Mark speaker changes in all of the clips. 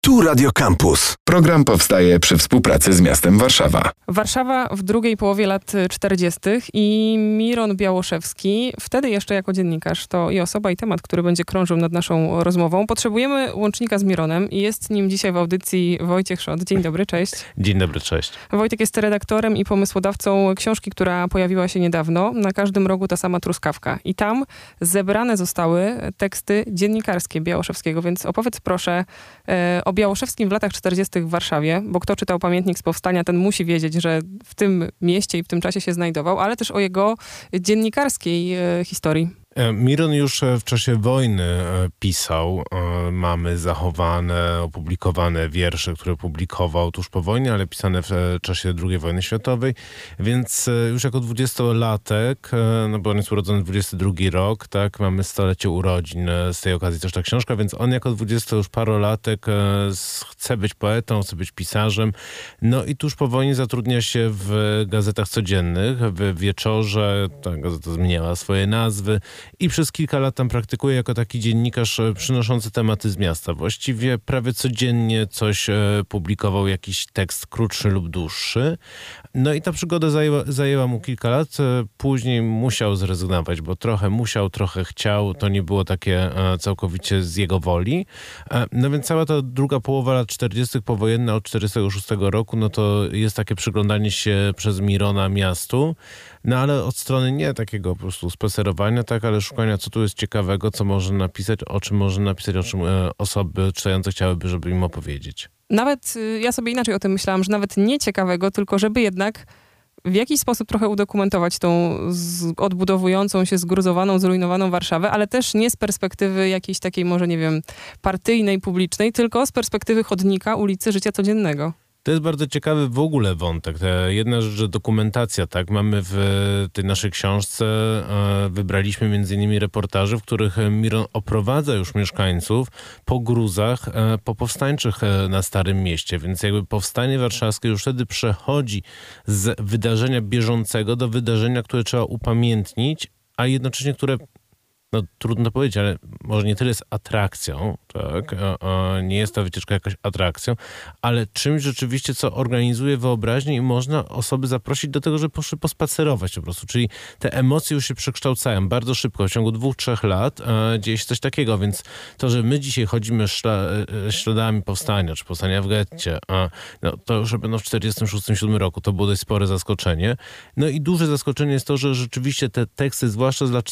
Speaker 1: Tu Radio Campus.
Speaker 2: Program powstaje przy współpracy z miastem Warszawa.
Speaker 3: Warszawa w drugiej połowie lat 40. i Miron Białoszewski, wtedy jeszcze jako dziennikarz, to i osoba, i temat, który będzie krążył nad naszą rozmową. Potrzebujemy łącznika z Mironem i jest nim dzisiaj w audycji Wojciech Szot. Dzień dobry, cześć.
Speaker 4: Dzień dobry, cześć.
Speaker 3: Wojtek jest redaktorem i pomysłodawcą książki, która pojawiła się niedawno. Na każdym rogu ta sama truskawka. I tam zebrane zostały teksty dziennikarskie Białoszewskiego, więc opowiedz proszę o Białoszewskim w latach 40. w Warszawie, bo kto czytał pamiętnik z powstania, ten musi wiedzieć, że w tym mieście i w tym czasie się znajdował, ale też o jego dziennikarskiej historii.
Speaker 4: Miron już w czasie wojny pisał. Mamy zachowane, opublikowane wiersze, które publikował tuż po wojnie, ale pisane w czasie II wojny światowej. Więc już jako 20-latek, no bo on jest urodzony 22 rok, tak, mamy 100-lecie urodzin, z tej okazji też ta książka, więc on jako 20 już parolatek chce być poetą, chce być pisarzem. No i tuż po wojnie zatrudnia się w gazetach codziennych, w Wieczorze, ta gazeta zmieniała swoje nazwy, i przez kilka lat tam praktykuje jako taki dziennikarz przynoszący tematy z miasta. Właściwie prawie codziennie coś publikował, jakiś tekst krótszy lub dłuższy. No i ta przygoda zajęła mu kilka lat. Później musiał zrezygnować, bo trochę musiał, trochę chciał. To nie było takie całkowicie z jego woli. No więc cała ta druga połowa lat 40. powojenna od 46 roku, no to jest takie przyglądanie się przez Mirona miastu. No ale od strony nie takiego po prostu spacerowania, tak, ale szukania, co tu jest ciekawego, co może napisać, o czym może napisać, o czym osoby czytające chciałyby, żeby im opowiedzieć.
Speaker 3: Nawet, ja sobie inaczej o tym myślałam, że nawet nie ciekawego, tylko żeby jednak w jakiś sposób trochę udokumentować tą odbudowującą się, zgruzowaną, zrujnowaną Warszawę, ale też nie z perspektywy jakiejś takiej, może nie wiem, partyjnej, publicznej, tylko z perspektywy chodnika, ulicy, życia codziennego.
Speaker 4: To jest bardzo ciekawy w ogóle wątek. Jedna rzecz, że dokumentacja, tak? Mamy w tej naszej książce, wybraliśmy między innymi reportaże, w których Miron oprowadza już mieszkańców po gruzach popowstańczych na Starym Mieście. Więc jakby powstanie warszawskie już wtedy przechodzi z wydarzenia bieżącego do wydarzenia, które trzeba upamiętnić, a jednocześnie które, no trudno powiedzieć, ale może nie tyle jest atrakcją, tak? Nie jest ta wycieczka jakaś atrakcją, ale czymś rzeczywiście, co organizuje wyobraźnię i można osoby zaprosić do tego, żeby poszły pospacerować po prostu. Czyli te emocje już się przekształcają bardzo szybko. W ciągu 2-3 lat dzieje się coś takiego, więc to, że my dzisiaj chodzimy śladami powstania, czy powstania w getcie, no, to już będą w 46-47 roku. To było dość spore zaskoczenie. No i duże zaskoczenie jest to, że rzeczywiście te teksty, zwłaszcza z lat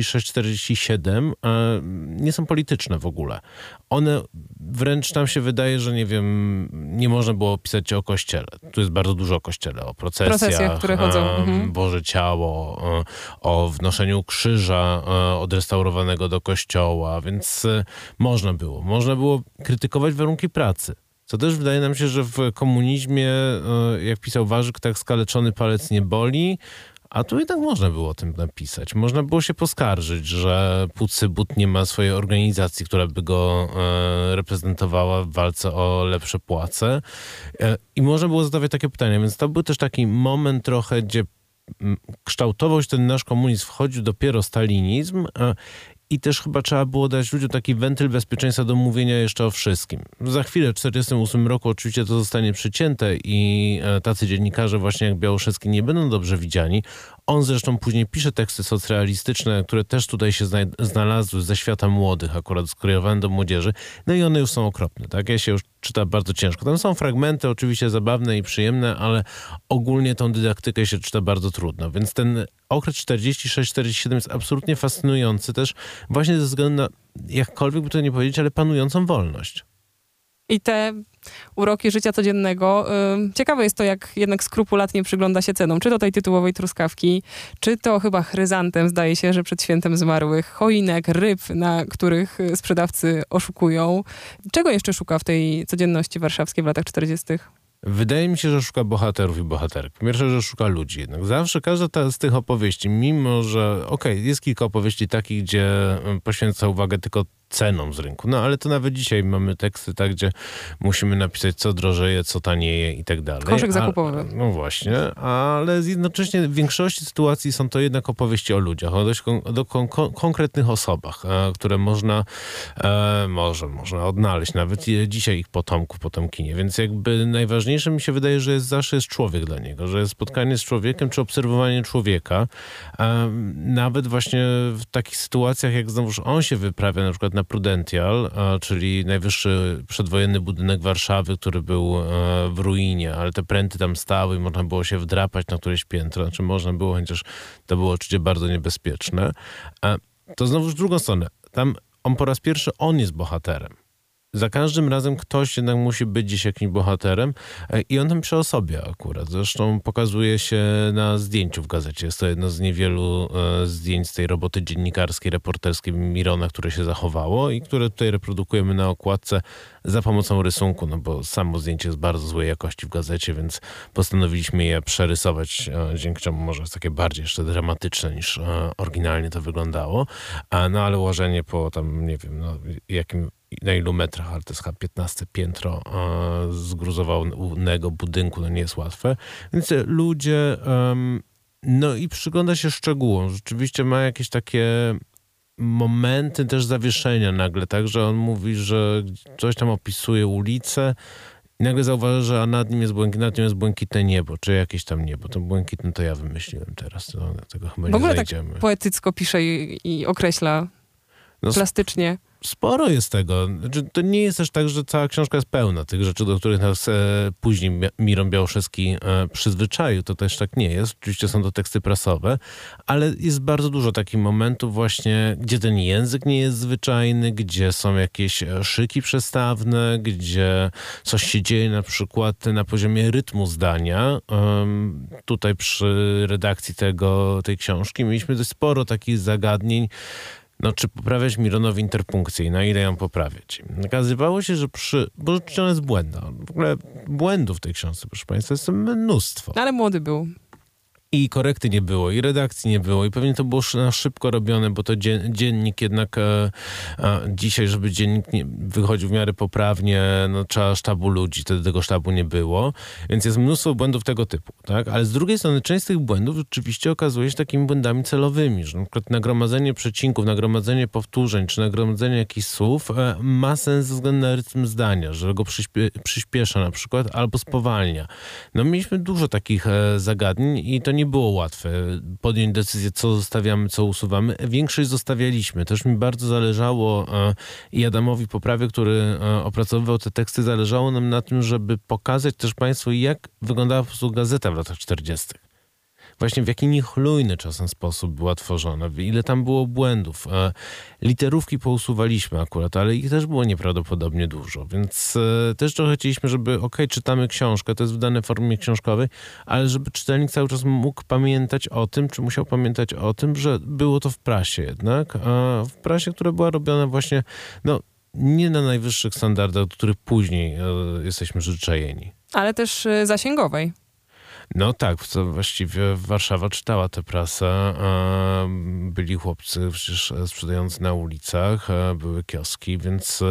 Speaker 4: 46-47, nie są polityczne w ogóle. One wręcz nam się wydaje, że nie wiem, nie można było pisać o Kościele. Tu jest bardzo dużo o Kościele, o procesjach,
Speaker 3: które chodzą.
Speaker 4: Boże Ciało, o wnoszeniu krzyża odrestaurowanego do kościoła, więc można było krytykować warunki pracy. Co też wydaje nam się, że w komunizmie, jak pisał Warzyk, tak skaleczony palec nie boli, a tu jednak można było o tym napisać. Można było się poskarżyć, że Pucy-But nie ma swojej organizacji, która by go reprezentowała w walce o lepsze płace. I można było zadawać takie pytania. Więc to był też taki moment trochę, gdzie kształtował się ten nasz komunizm, wchodził dopiero stalinizm. I też chyba trzeba było dać ludziom taki wentyl bezpieczeństwa do mówienia jeszcze o wszystkim. Za chwilę, w 1948 roku oczywiście to zostanie przycięte i tacy dziennikarze właśnie jak Białoszewski nie będą dobrze widziani. On zresztą później pisze teksty socrealistyczne, które też tutaj się znalazły ze świata młodych, akurat skierowane do młodzieży. No i one już są okropne, tak? Ja się już czyta bardzo ciężko. Tam są fragmenty oczywiście zabawne i przyjemne, ale ogólnie tą dydaktykę się czyta bardzo trudno. Więc ten okres 46-47 jest absolutnie fascynujący też właśnie ze względu na, jakkolwiek by to nie powiedzieć, ale panującą wolność.
Speaker 3: I te uroki życia codziennego. Ciekawe jest to, jak jednak skrupulatnie przygląda się cenom. Czy to tej tytułowej truskawki, czy to chyba chryzantem, zdaje się, że przed świętem zmarłych, choinek, ryb, na których sprzedawcy oszukują. Czego jeszcze szuka w tej codzienności warszawskiej w latach 40.?
Speaker 4: Wydaje mi się, że szuka bohaterów i bohaterek. Po pierwsze, że szuka ludzi jednak. Zawsze każda z tych opowieści, mimo że jest kilka opowieści takich, gdzie poświęca uwagę tylko ceną z rynku. No ale to nawet dzisiaj mamy teksty, tak, gdzie musimy napisać, co drożeje, co tanieje i tak dalej.
Speaker 3: Koszyk zakupowy.
Speaker 4: No właśnie, ale jednocześnie w większości sytuacji są to jednak opowieści o ludziach, o dość konkretnych osobach, które można odnaleźć nawet dzisiaj ich potomków, potomkinie. Więc jakby najważniejsze mi się wydaje, że zawsze jest człowiek dla niego, że jest spotkanie z człowiekiem, czy obserwowanie człowieka. Nawet właśnie w takich sytuacjach, jak znowuż on się wyprawia na przykład na Prudential, czyli najwyższy przedwojenny budynek Warszawy, który był w ruinie, ale te pręty tam stały i można było się wdrapać na któreś piętro. Znaczy można było, chociaż to było oczywiście bardzo niebezpieczne. To znowuż w drugą stronę. Tam po raz pierwszy on jest bohaterem. Za każdym razem ktoś jednak musi być gdzieś jakimś bohaterem i on tam pisze o sobie akurat. Zresztą pokazuje się na zdjęciu w gazecie. Jest to jedno z niewielu zdjęć z tej roboty dziennikarskiej, reporterskiej Mirona, które się zachowało i które tutaj reprodukujemy na okładce za pomocą rysunku, no bo samo zdjęcie jest bardzo złej jakości w gazecie, więc postanowiliśmy je przerysować, dzięki czemu może jest takie bardziej jeszcze dramatyczne niż oryginalnie to wyglądało. No ale ułożenie po tam, nie wiem, na ilu metrach, ale to jest chyba 15 piętro zgruzowanego budynku, no nie jest łatwe. Więc ludzie, no i przygląda się szczegółom. Rzeczywiście ma jakieś takie momenty też zawieszenia nagle, tak, że on mówi, że coś tam opisuje ulicę i nagle zauważa, że nad nim jest błękitne niebo, czy jakieś tam niebo. To błękitne to ja wymyśliłem teraz, to tego chyba nie znajdziemy.
Speaker 3: Tak poetycko pisze i określa plastycznie.
Speaker 4: Sporo jest tego. To nie jest też tak, że cała książka jest pełna tych rzeczy, do których nas później Miron Białoszewski przyzwyczaił. To też tak nie jest. Oczywiście są to teksty prasowe, ale jest bardzo dużo takich momentów właśnie, gdzie ten język nie jest zwyczajny, gdzie są jakieś szyki przestawne, gdzie coś się dzieje na przykład na poziomie rytmu zdania. Tutaj przy redakcji tej książki mieliśmy dość sporo takich zagadnień. No, czy poprawiać Mironowi interpunkcję i na ile ją poprawiać? Okazywało się, że bo rzeczywiście ona jest błędna. W ogóle błędów w tej książce, proszę państwa, jest mnóstwo.
Speaker 3: Ale młody był.
Speaker 4: I korekty nie było, i redakcji nie było, i pewnie to było na szybko robione, bo to dziennik jednak dzisiaj, żeby dziennik nie wychodził w miarę poprawnie, no trzeba sztabu ludzi, wtedy tego sztabu nie było, więc jest mnóstwo błędów tego typu, tak? Ale z drugiej strony część z tych błędów rzeczywiście okazuje się takimi błędami celowymi, że na przykład nagromadzenie przecinków, nagromadzenie powtórzeń, czy nagromadzenie jakichś słów ma sens ze względu na rytm zdania, że go przyspiesza na przykład, albo spowalnia. No mieliśmy dużo takich zagadnień i to nie było łatwe podjąć decyzję, co zostawiamy, co usuwamy. Większość zostawialiśmy. Też mi bardzo zależało i Adamowi Poprawie, który opracowywał te teksty, zależało nam na tym, żeby pokazać też państwu, jak wyglądała po prostu gazeta w latach 40. Właśnie w jaki niechlujny czasem sposób była tworzona, ile tam było błędów. Literówki pousuwaliśmy akurat, ale ich też było nieprawdopodobnie dużo, więc też trochę chcieliśmy, żeby czytamy książkę, to jest wydane w formie książkowej, ale żeby czytelnik cały czas mógł pamiętać o tym, czy musiał pamiętać o tym, że było to w prasie jednak, w prasie, która była robiona właśnie, nie na najwyższych standardach, do których później jesteśmy przyzwyczajeni.
Speaker 3: Ale też zasięgowej.
Speaker 4: No tak, to właściwie Warszawa czytała tę prasę. Byli chłopcy przecież sprzedający na ulicach, były kioski, więc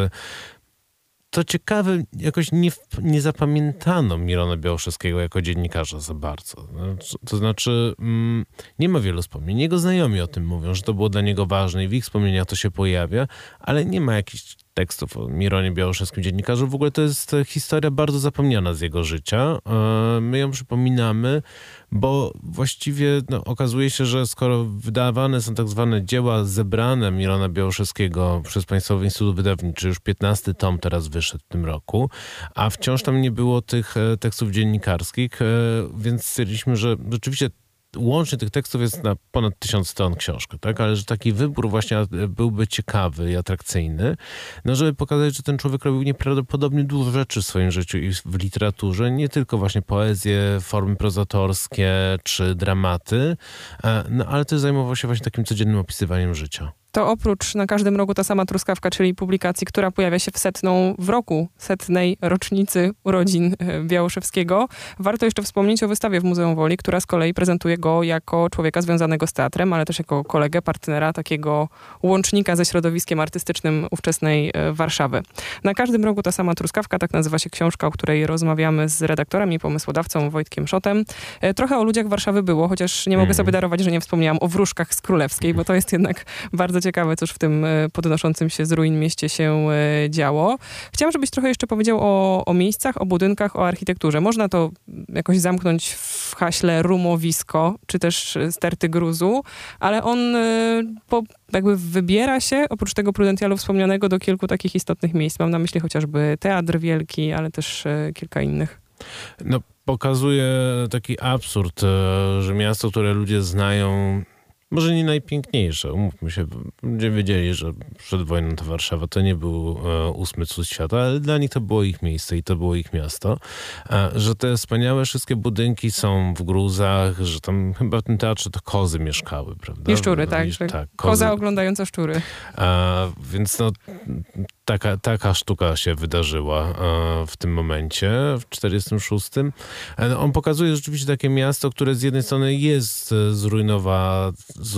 Speaker 4: to ciekawe, jakoś nie zapamiętano Mirona Białoszewskiego jako dziennikarza za bardzo. To znaczy, nie ma wielu wspomnień. Jego znajomi o tym mówią, że to było dla niego ważne i w ich wspomnieniach to się pojawia, ale nie ma jakichś tekstów o Mironie Białoszewskim, dziennikarzu. W ogóle to jest historia bardzo zapomniana z jego życia. My ją przypominamy, bo właściwie okazuje się, że skoro wydawane są tak zwane dzieła zebrane Mirona Białoszewskiego przez Państwowy Instytut Wydawniczy, już 15 tom teraz wyszedł w tym roku, a wciąż tam nie było tych tekstów dziennikarskich, więc stwierdziliśmy, że rzeczywiście łącznie tych tekstów jest na ponad 1000 stron książka, tak? Ale że taki wybór właśnie byłby ciekawy i atrakcyjny, żeby pokazać, że ten człowiek robił nieprawdopodobnie dużo rzeczy w swoim życiu i w literaturze, nie tylko właśnie poezję, formy prozatorskie czy dramaty, ale też zajmował się właśnie takim codziennym opisywaniem życia.
Speaker 3: To oprócz Na każdym rogu ta sama truskawka, czyli publikacji, która pojawia się w roku 100. rocznicy urodzin Białoszewskiego, warto jeszcze wspomnieć o wystawie w Muzeum Woli, która z kolei prezentuje go jako człowieka związanego z teatrem, ale też jako kolegę, partnera, takiego łącznika ze środowiskiem artystycznym ówczesnej Warszawy. Na każdym rogu ta sama truskawka, tak nazywa się książka, o której rozmawiamy z redaktorem i pomysłodawcą Wojtkiem Szotem. Trochę o ludziach Warszawy było, chociaż nie mogę sobie darować, że nie wspomniałam o wróżkach z Królewskiej, bo to jest jednak bardzo ciekawe, cóż w tym podnoszącym się z ruin mieście się działo. Chciałam, żebyś trochę jeszcze powiedział o miejscach, o budynkach, o architekturze. Można to jakoś zamknąć w haśle rumowisko, czy też sterty gruzu, ale on jakby wybiera się, oprócz tego Prudentialu wspomnianego, do kilku takich istotnych miejsc. Mam na myśli chociażby Teatr Wielki, ale też kilka innych.
Speaker 4: No, pokazuje taki absurd, że miasto, które ludzie znają, może nie najpiękniejsze, umówmy się, ludzie wiedzieli, że przed wojną to Warszawa to nie był 8. cud świata, ale dla nich to było ich miejsce i to było ich miasto. Że te wspaniałe wszystkie budynki są w gruzach, że tam chyba w tym teatrze to kozy mieszkały, prawda?
Speaker 3: I szczury, tak. Koza oglądająca szczury.
Speaker 4: Więc no, taka sztuka się wydarzyła w tym momencie, w 46. On pokazuje rzeczywiście takie miasto, które z jednej strony jest zrujnowane.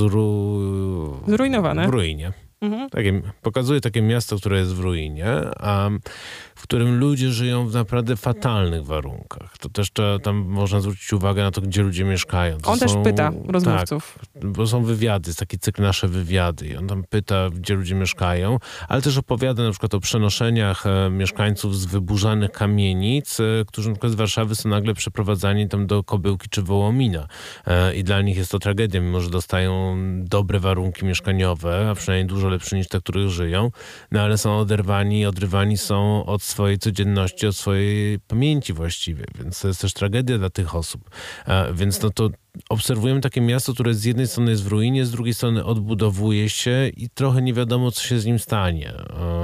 Speaker 4: W ruinie. Pokazuje takie miasto, które jest w ruinie, a w którym ludzie żyją w naprawdę fatalnych warunkach. To też tam można zwrócić uwagę na to, gdzie ludzie mieszkają.
Speaker 3: On też pyta rozmówców.
Speaker 4: Tak, bo są wywiady, jest taki cykl Nasze Wywiady i on tam pyta, gdzie ludzie mieszkają, ale też opowiada na przykład o przenoszeniach mieszkańców z wyburzanych kamienic, którzy na przykład z Warszawy są nagle przeprowadzani tam do Kobyłki czy Wołomina. I dla nich jest to tragedia, mimo że dostają dobre warunki mieszkaniowe, a przynajmniej dużo lepsze niż te, których żyją, no ale są odrywani są od swojej codzienności, od swojej pamięci właściwie, więc to jest też tragedia dla tych osób. Więc no to obserwujemy takie miasto, które z jednej strony jest w ruinie, z drugiej strony odbudowuje się i trochę nie wiadomo, co się z nim stanie.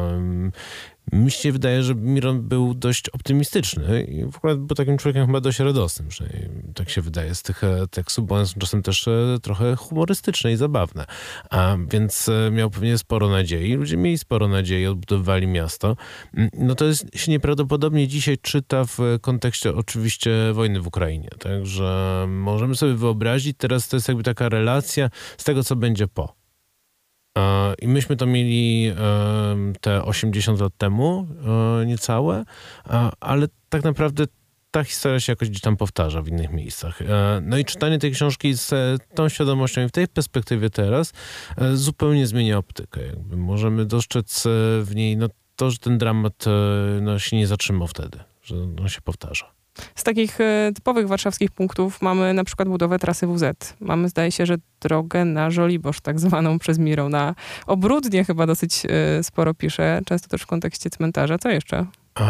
Speaker 4: Mi się wydaje, że Miron był dość optymistyczny i w ogóle był takim człowiekiem chyba dość radosnym, że tak się wydaje z tych tekstów, bo one są czasem też trochę humorystyczne i zabawne. Więc miał pewnie sporo nadziei. Ludzie mieli sporo nadziei, odbudowywali miasto. No to się nieprawdopodobnie dzisiaj czyta w kontekście oczywiście wojny w Ukrainie. Także możemy sobie wyobrazić, teraz to jest jakby taka relacja z tego, co będzie po. I myśmy to mieli te 80 lat temu, niecałe, ale tak naprawdę ta historia się jakoś gdzieś tam powtarza w innych miejscach. No i czytanie tej książki z tą świadomością i w tej perspektywie teraz zupełnie zmienia optykę. Jakby możemy dostrzec w niej to, że ten dramat się nie zatrzymał wtedy, że on się powtarza.
Speaker 3: Z takich typowych warszawskich punktów mamy na przykład budowę trasy WZ. Mamy, zdaje się, że drogę na Żoliborz, tak zwaną przez Mirona. O Brudnie chyba dosyć sporo pisze, często też w kontekście cmentarza. Co jeszcze?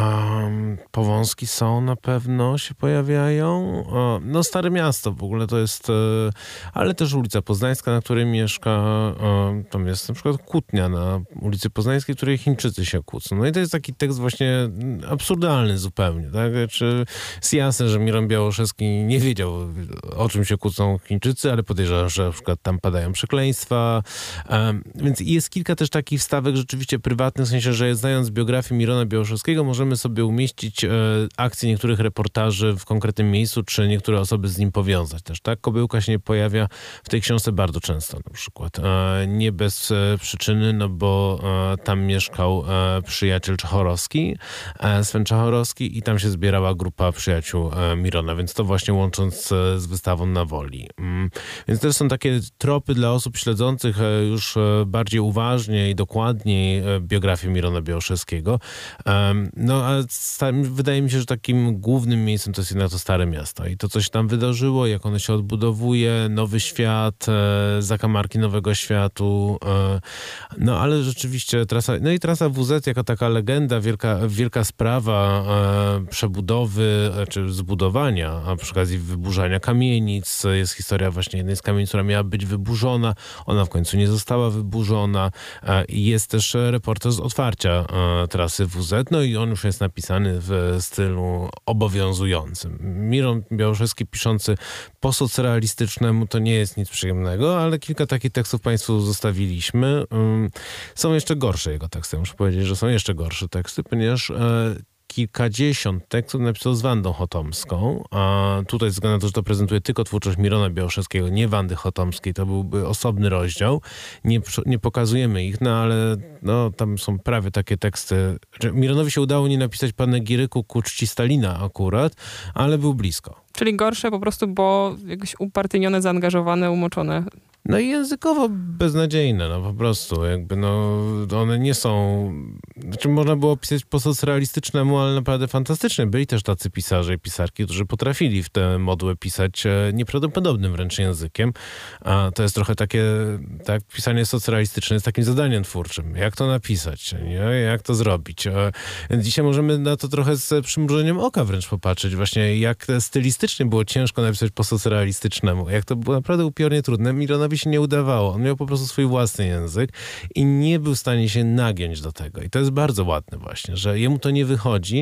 Speaker 4: Powązki są na pewno, się pojawiają. No Stare Miasto w ogóle to jest, ale też ulica Poznańska, na której mieszka, tam jest na przykład kłótnia na ulicy Poznańskiej, w której Chińczycy się kłócą. No i to jest taki tekst właśnie absurdalny zupełnie, tak? Jest jasne, że Miron Białoszewski nie wiedział, o czym się kłócą Chińczycy, ale podejrzewam, że na przykład tam padają przekleństwa. Więc jest kilka też takich wstawek rzeczywiście prywatnych, w sensie, że znając biografię Mirona Białoszewskiego, możemy sobie umieścić akcje niektórych reportaży w konkretnym miejscu, czy niektóre osoby z nim powiązać też, tak? Kobyłka się nie pojawia w tej książce bardzo często na przykład. Nie bez przyczyny, no bo tam mieszkał przyjaciel Czachorowski, Sven Czachorowski i tam się zbierała grupa przyjaciół Mirona, więc to właśnie łącząc z wystawą na Woli. Więc to są takie tropy dla osób śledzących już bardziej uważnie i dokładniej biografię Mirona Białoszewskiego. No a wydaje mi się, że takim głównym miejscem to jest jednak to Stare Miasto i to, co się tam wydarzyło, jak ono się odbudowuje, nowy świat, zakamarki nowego światu. No ale rzeczywiście trasa WZ jako taka legenda, wielka sprawa przebudowy, czy zbudowania, a przy okazji wyburzania kamienic. Jest historia właśnie jednej z kamienic, która miała być wyburzona. Ona w końcu nie została wyburzona. Jest też reportaż z otwarcia trasy WZ. No i on już jest napisany w stylu obowiązującym. Miron Białoszewski piszący po socrealistycznemu to nie jest nic przyjemnego, ale kilka takich tekstów Państwu zostawiliśmy. Są jeszcze gorsze jego teksty. Muszę powiedzieć, że są jeszcze gorsze teksty, ponieważ kilkadziesiąt tekstów napisał z Wandą Chotomską, a tutaj ze względu na to, że to prezentuje tylko twórczość Mirona Białoszewskiego, nie Wandy Chotomskiej, to byłby osobny rozdział. Nie pokazujemy ich, no ale tam są prawie takie teksty. Mironowi się udało nie napisać panegiryku ku czci Stalina akurat, ale był blisko.
Speaker 3: Czyli gorsze po prostu, bo jakieś upartyjnione, zaangażowane, umoczone.
Speaker 4: No i językowo beznadziejne, po prostu. One nie są... Znaczy można było pisać po socrealistycznemu, ale naprawdę fantastycznie. Byli też tacy pisarze i pisarki, którzy potrafili w tę modłę pisać nieprawdopodobnym wręcz językiem. A to jest trochę takie, tak, pisanie socrealistyczne jest takim zadaniem twórczym. Jak to napisać? Nie? Jak to zrobić? Dzisiaj możemy na to trochę z przymrużeniem oka wręcz popatrzeć. Właśnie jak stylistycznie było ciężko napisać po socrealistycznemu. Jak to było naprawdę upiornie trudne. Mironowi się nie udawało. On miał po prostu swój własny język i nie był w stanie się nagiąć do tego. I to jest bardzo ładne właśnie, że jemu to nie wychodzi,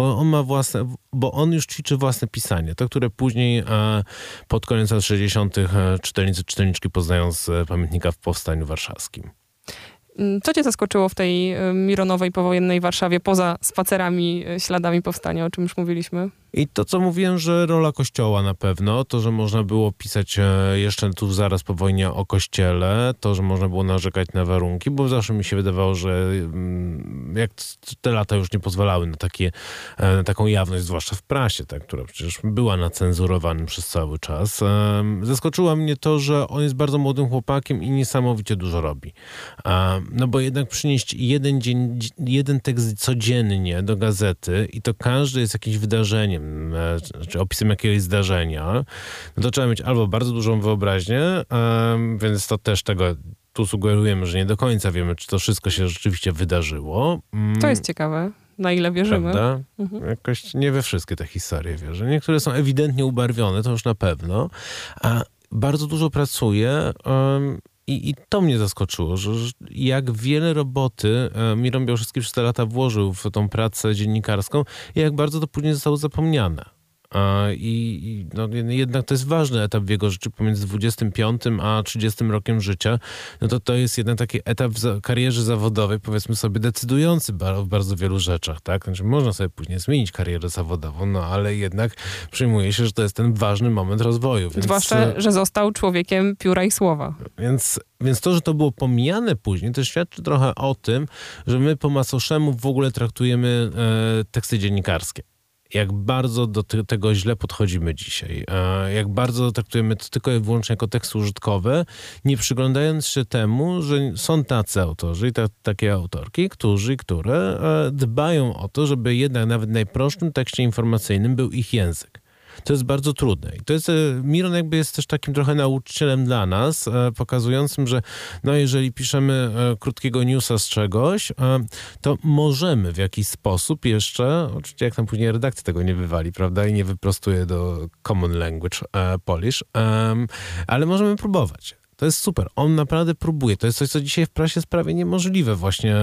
Speaker 4: bo on już ćwiczy własne pisanie. To, które później pod koniec lat 60. czytelniczki poznają z pamiętnika w Powstaniu Warszawskim.
Speaker 3: Co cię zaskoczyło w tej mironowej powojennej Warszawie, poza spacerami, śladami powstania, o czym już mówiliśmy?
Speaker 4: I to, co mówiłem, że rola Kościoła na pewno, to, że można było pisać jeszcze tu zaraz po wojnie o Kościele, to, że można było narzekać na warunki, bo zawsze mi się wydawało, że jak te lata już nie pozwalały na taką jawność, zwłaszcza w prasie, tak, która przecież była nacenzurowanym przez cały czas. Zaskoczyło mnie to, że on jest bardzo młodym chłopakiem i niesamowicie dużo robi. No bo jednak przynieść jeden tekst codziennie do gazety i to każdy jest jakimś wydarzeniem, czy opisem jakiegoś zdarzenia, no to trzeba mieć albo bardzo dużą wyobraźnię, więc to też tu sugerujemy, że nie do końca wiemy, czy to wszystko się rzeczywiście wydarzyło.
Speaker 3: To jest ciekawe, na ile wierzymy.
Speaker 4: Prawda? Jakoś nie we wszystkie te historie wierzę. Niektóre są ewidentnie ubarwione, to już na pewno, a bardzo dużo pracuje. I to mnie zaskoczyło, że jak wiele roboty Miron Białoszewski przez te lata włożył w tą pracę dziennikarską i jak bardzo to później zostało zapomniane. Jednak to jest ważny etap w jego życiu pomiędzy 25 a 30 rokiem życia. No to jest jednak taki etap w karierze zawodowej, powiedzmy sobie, decydujący w bardzo wielu rzeczach. Tak? Znaczy, można sobie później zmienić karierę zawodową, ale jednak przyjmuje się, że to jest ten ważny moment rozwoju.
Speaker 3: Zwłaszcza, że został człowiekiem pióra i słowa.
Speaker 4: Więc to, że to było pomijane później, to świadczy trochę o tym, że my po macoszemu w ogóle traktujemy teksty dziennikarskie. Jak bardzo do tego źle podchodzimy dzisiaj. Jak bardzo traktujemy to tylko i wyłącznie jako teksty użytkowe, nie przyglądając się temu, że są tacy autorzy i takie autorki, które dbają o to, żeby jednak nawet w najprostszym tekście informacyjnym był ich język. To jest bardzo trudne. I to jest, Miron jakby jest też takim trochę nauczycielem dla nas, pokazującym, że jeżeli piszemy krótkiego newsa z czegoś, to możemy w jakiś sposób jeszcze, oczywiście jak nam później redakcja tego nie wywali, prawda, i nie wyprostuje do Common Language Polish, ale możemy próbować. To jest super. On naprawdę próbuje. To jest coś, co dzisiaj w prasie jest prawie niemożliwe właśnie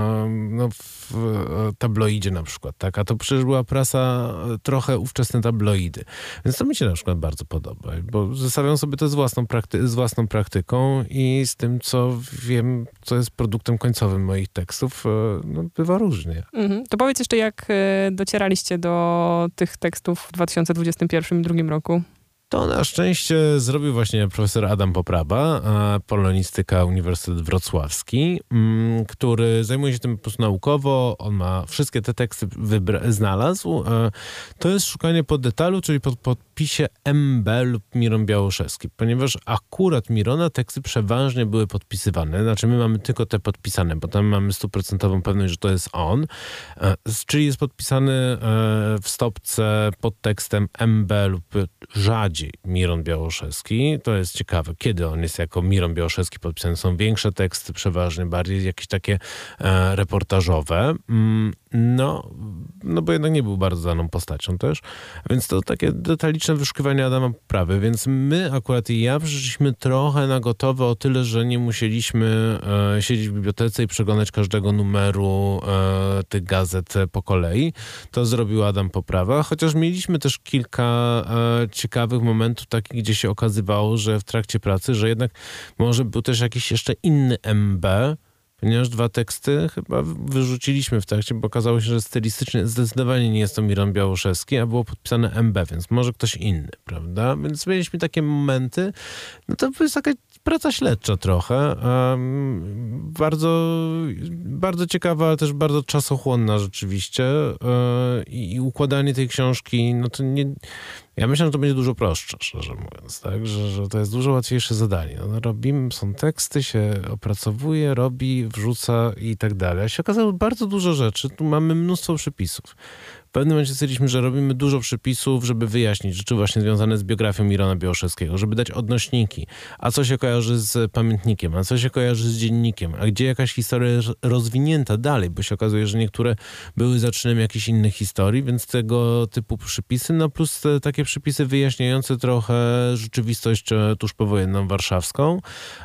Speaker 4: w tabloidzie na przykład. Tak? A to przecież była prasa trochę ówczesne tabloidy. Więc to mi się na przykład bardzo podoba, bo zestawiam sobie to z własną praktyką i z tym, co wiem, co jest produktem końcowym moich tekstów, bywa różnie.
Speaker 3: To powiedz jeszcze, jak docieraliście do tych tekstów w 2021 i 2022 roku?
Speaker 4: To na szczęście zrobił właśnie profesor Adam Popraba, polonistyka Uniwersytet Wrocławski, który zajmuje się tym po prostu naukowo. On ma wszystkie te teksty znalazł. To jest szukanie po detalu, czyli pod podpisie MB lub Miron Białoszewski, ponieważ akurat Mirona teksty przeważnie były podpisywane. Znaczy my mamy tylko te podpisane, bo tam mamy 100% pewność, że to jest on. Czyli jest podpisany w stopce pod tekstem MB lub rzadziej Miron Białoszewski. To jest ciekawe, kiedy on jest jako Miron Białoszewski podpisany. Są większe teksty, przeważnie bardziej jakieś takie reportażowe. No bo jednak nie był bardzo znaną postacią też, więc to takie detaliczne wyszukiwanie Adama Poprawy, więc my akurat i ja przyszliśmy trochę na gotowe o tyle, że nie musieliśmy siedzieć w bibliotece i przeglądać każdego numeru tych gazet po kolei. To zrobił Adam Poprawa, chociaż mieliśmy też kilka ciekawych momentów takich, gdzie się okazywało, że w trakcie pracy, że jednak może był też jakiś jeszcze inny MB, ponieważ 2 teksty chyba wyrzuciliśmy w trakcie, bo okazało się, że stylistycznie zdecydowanie nie jest to Miron Białoszewski, a było podpisane MB, więc może ktoś inny, prawda? Więc mieliśmy takie momenty. No to jest taka praca śledcza trochę. Bardzo, bardzo ciekawa, ale też bardzo czasochłonna rzeczywiście. I układanie tej książki, no to nie... Ja myślę, że to będzie dużo prostsze, szczerze mówiąc, tak? Że to jest dużo łatwiejsze zadanie. No, robimy, są teksty, się opracowuje, robi, wrzuca i tak dalej. A się okazało bardzo dużo rzeczy. Tu mamy mnóstwo przepisów. W pewnym momencie stwierdziliśmy, że robimy dużo przepisów, żeby wyjaśnić rzeczy właśnie związane z biografią Mirona Białoszewskiego, żeby dać odnośniki. A co się kojarzy z pamiętnikiem, a co się kojarzy z dziennikiem, a gdzie jakaś historia jest rozwinięta dalej, bo się okazuje, że niektóre były zaczynem jakichś innych historii, więc tego typu przypisy, no plus te takie przypisy wyjaśniające trochę rzeczywistość tuż powojenną warszawską.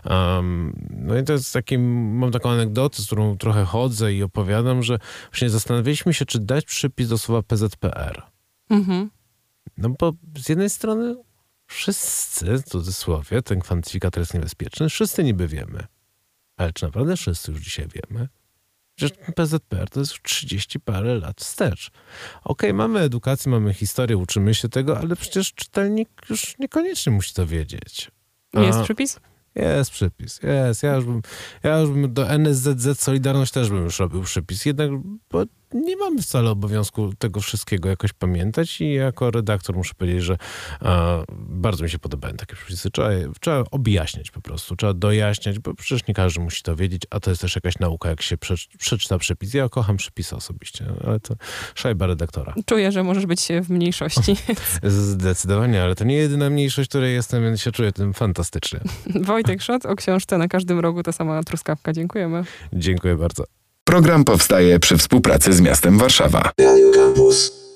Speaker 4: No i to jest taki, mam taką anegdotę, z którą trochę chodzę i opowiadam, że właśnie zastanawialiśmy się, czy dać przypis do słowa PZPR. Mhm. No bo z jednej strony wszyscy, w cudzysłowie, ten kwantyfikator jest niebezpieczny, wszyscy niby wiemy. Ale czy naprawdę wszyscy już dzisiaj wiemy? Przecież PZPR to jest już 30 parę lat wstecz. Okej, mamy edukację, mamy historię, uczymy się tego, ale przecież czytelnik już niekoniecznie musi to wiedzieć.
Speaker 3: Jest przypis?
Speaker 4: Jest przypis, jest. Ja już bym do NSZZ Solidarność też bym już robił przypis. Jednak, bo nie mamy wcale obowiązku tego wszystkiego jakoś pamiętać i jako redaktor muszę powiedzieć, że bardzo mi się podobają takie przepisy. Trzeba objaśniać po prostu, trzeba dojaśniać, bo przecież nie każdy musi to wiedzieć, a to jest też jakaś nauka, jak się przeczyta przepis. Ja kocham przepisy osobiście, ale to szajba redaktora.
Speaker 3: Czuję, że możesz być w mniejszości.
Speaker 4: Zdecydowanie, ale to nie jedyna mniejszość, której jestem, więc się czuję tym fantastycznie.
Speaker 3: Wojtek Szot o książce Na każdym rogu ta sama truskawka. Dziękujemy.
Speaker 4: Dziękuję bardzo.
Speaker 2: Program powstaje przy współpracy z miastem Warszawa.
Speaker 1: Radio Campus.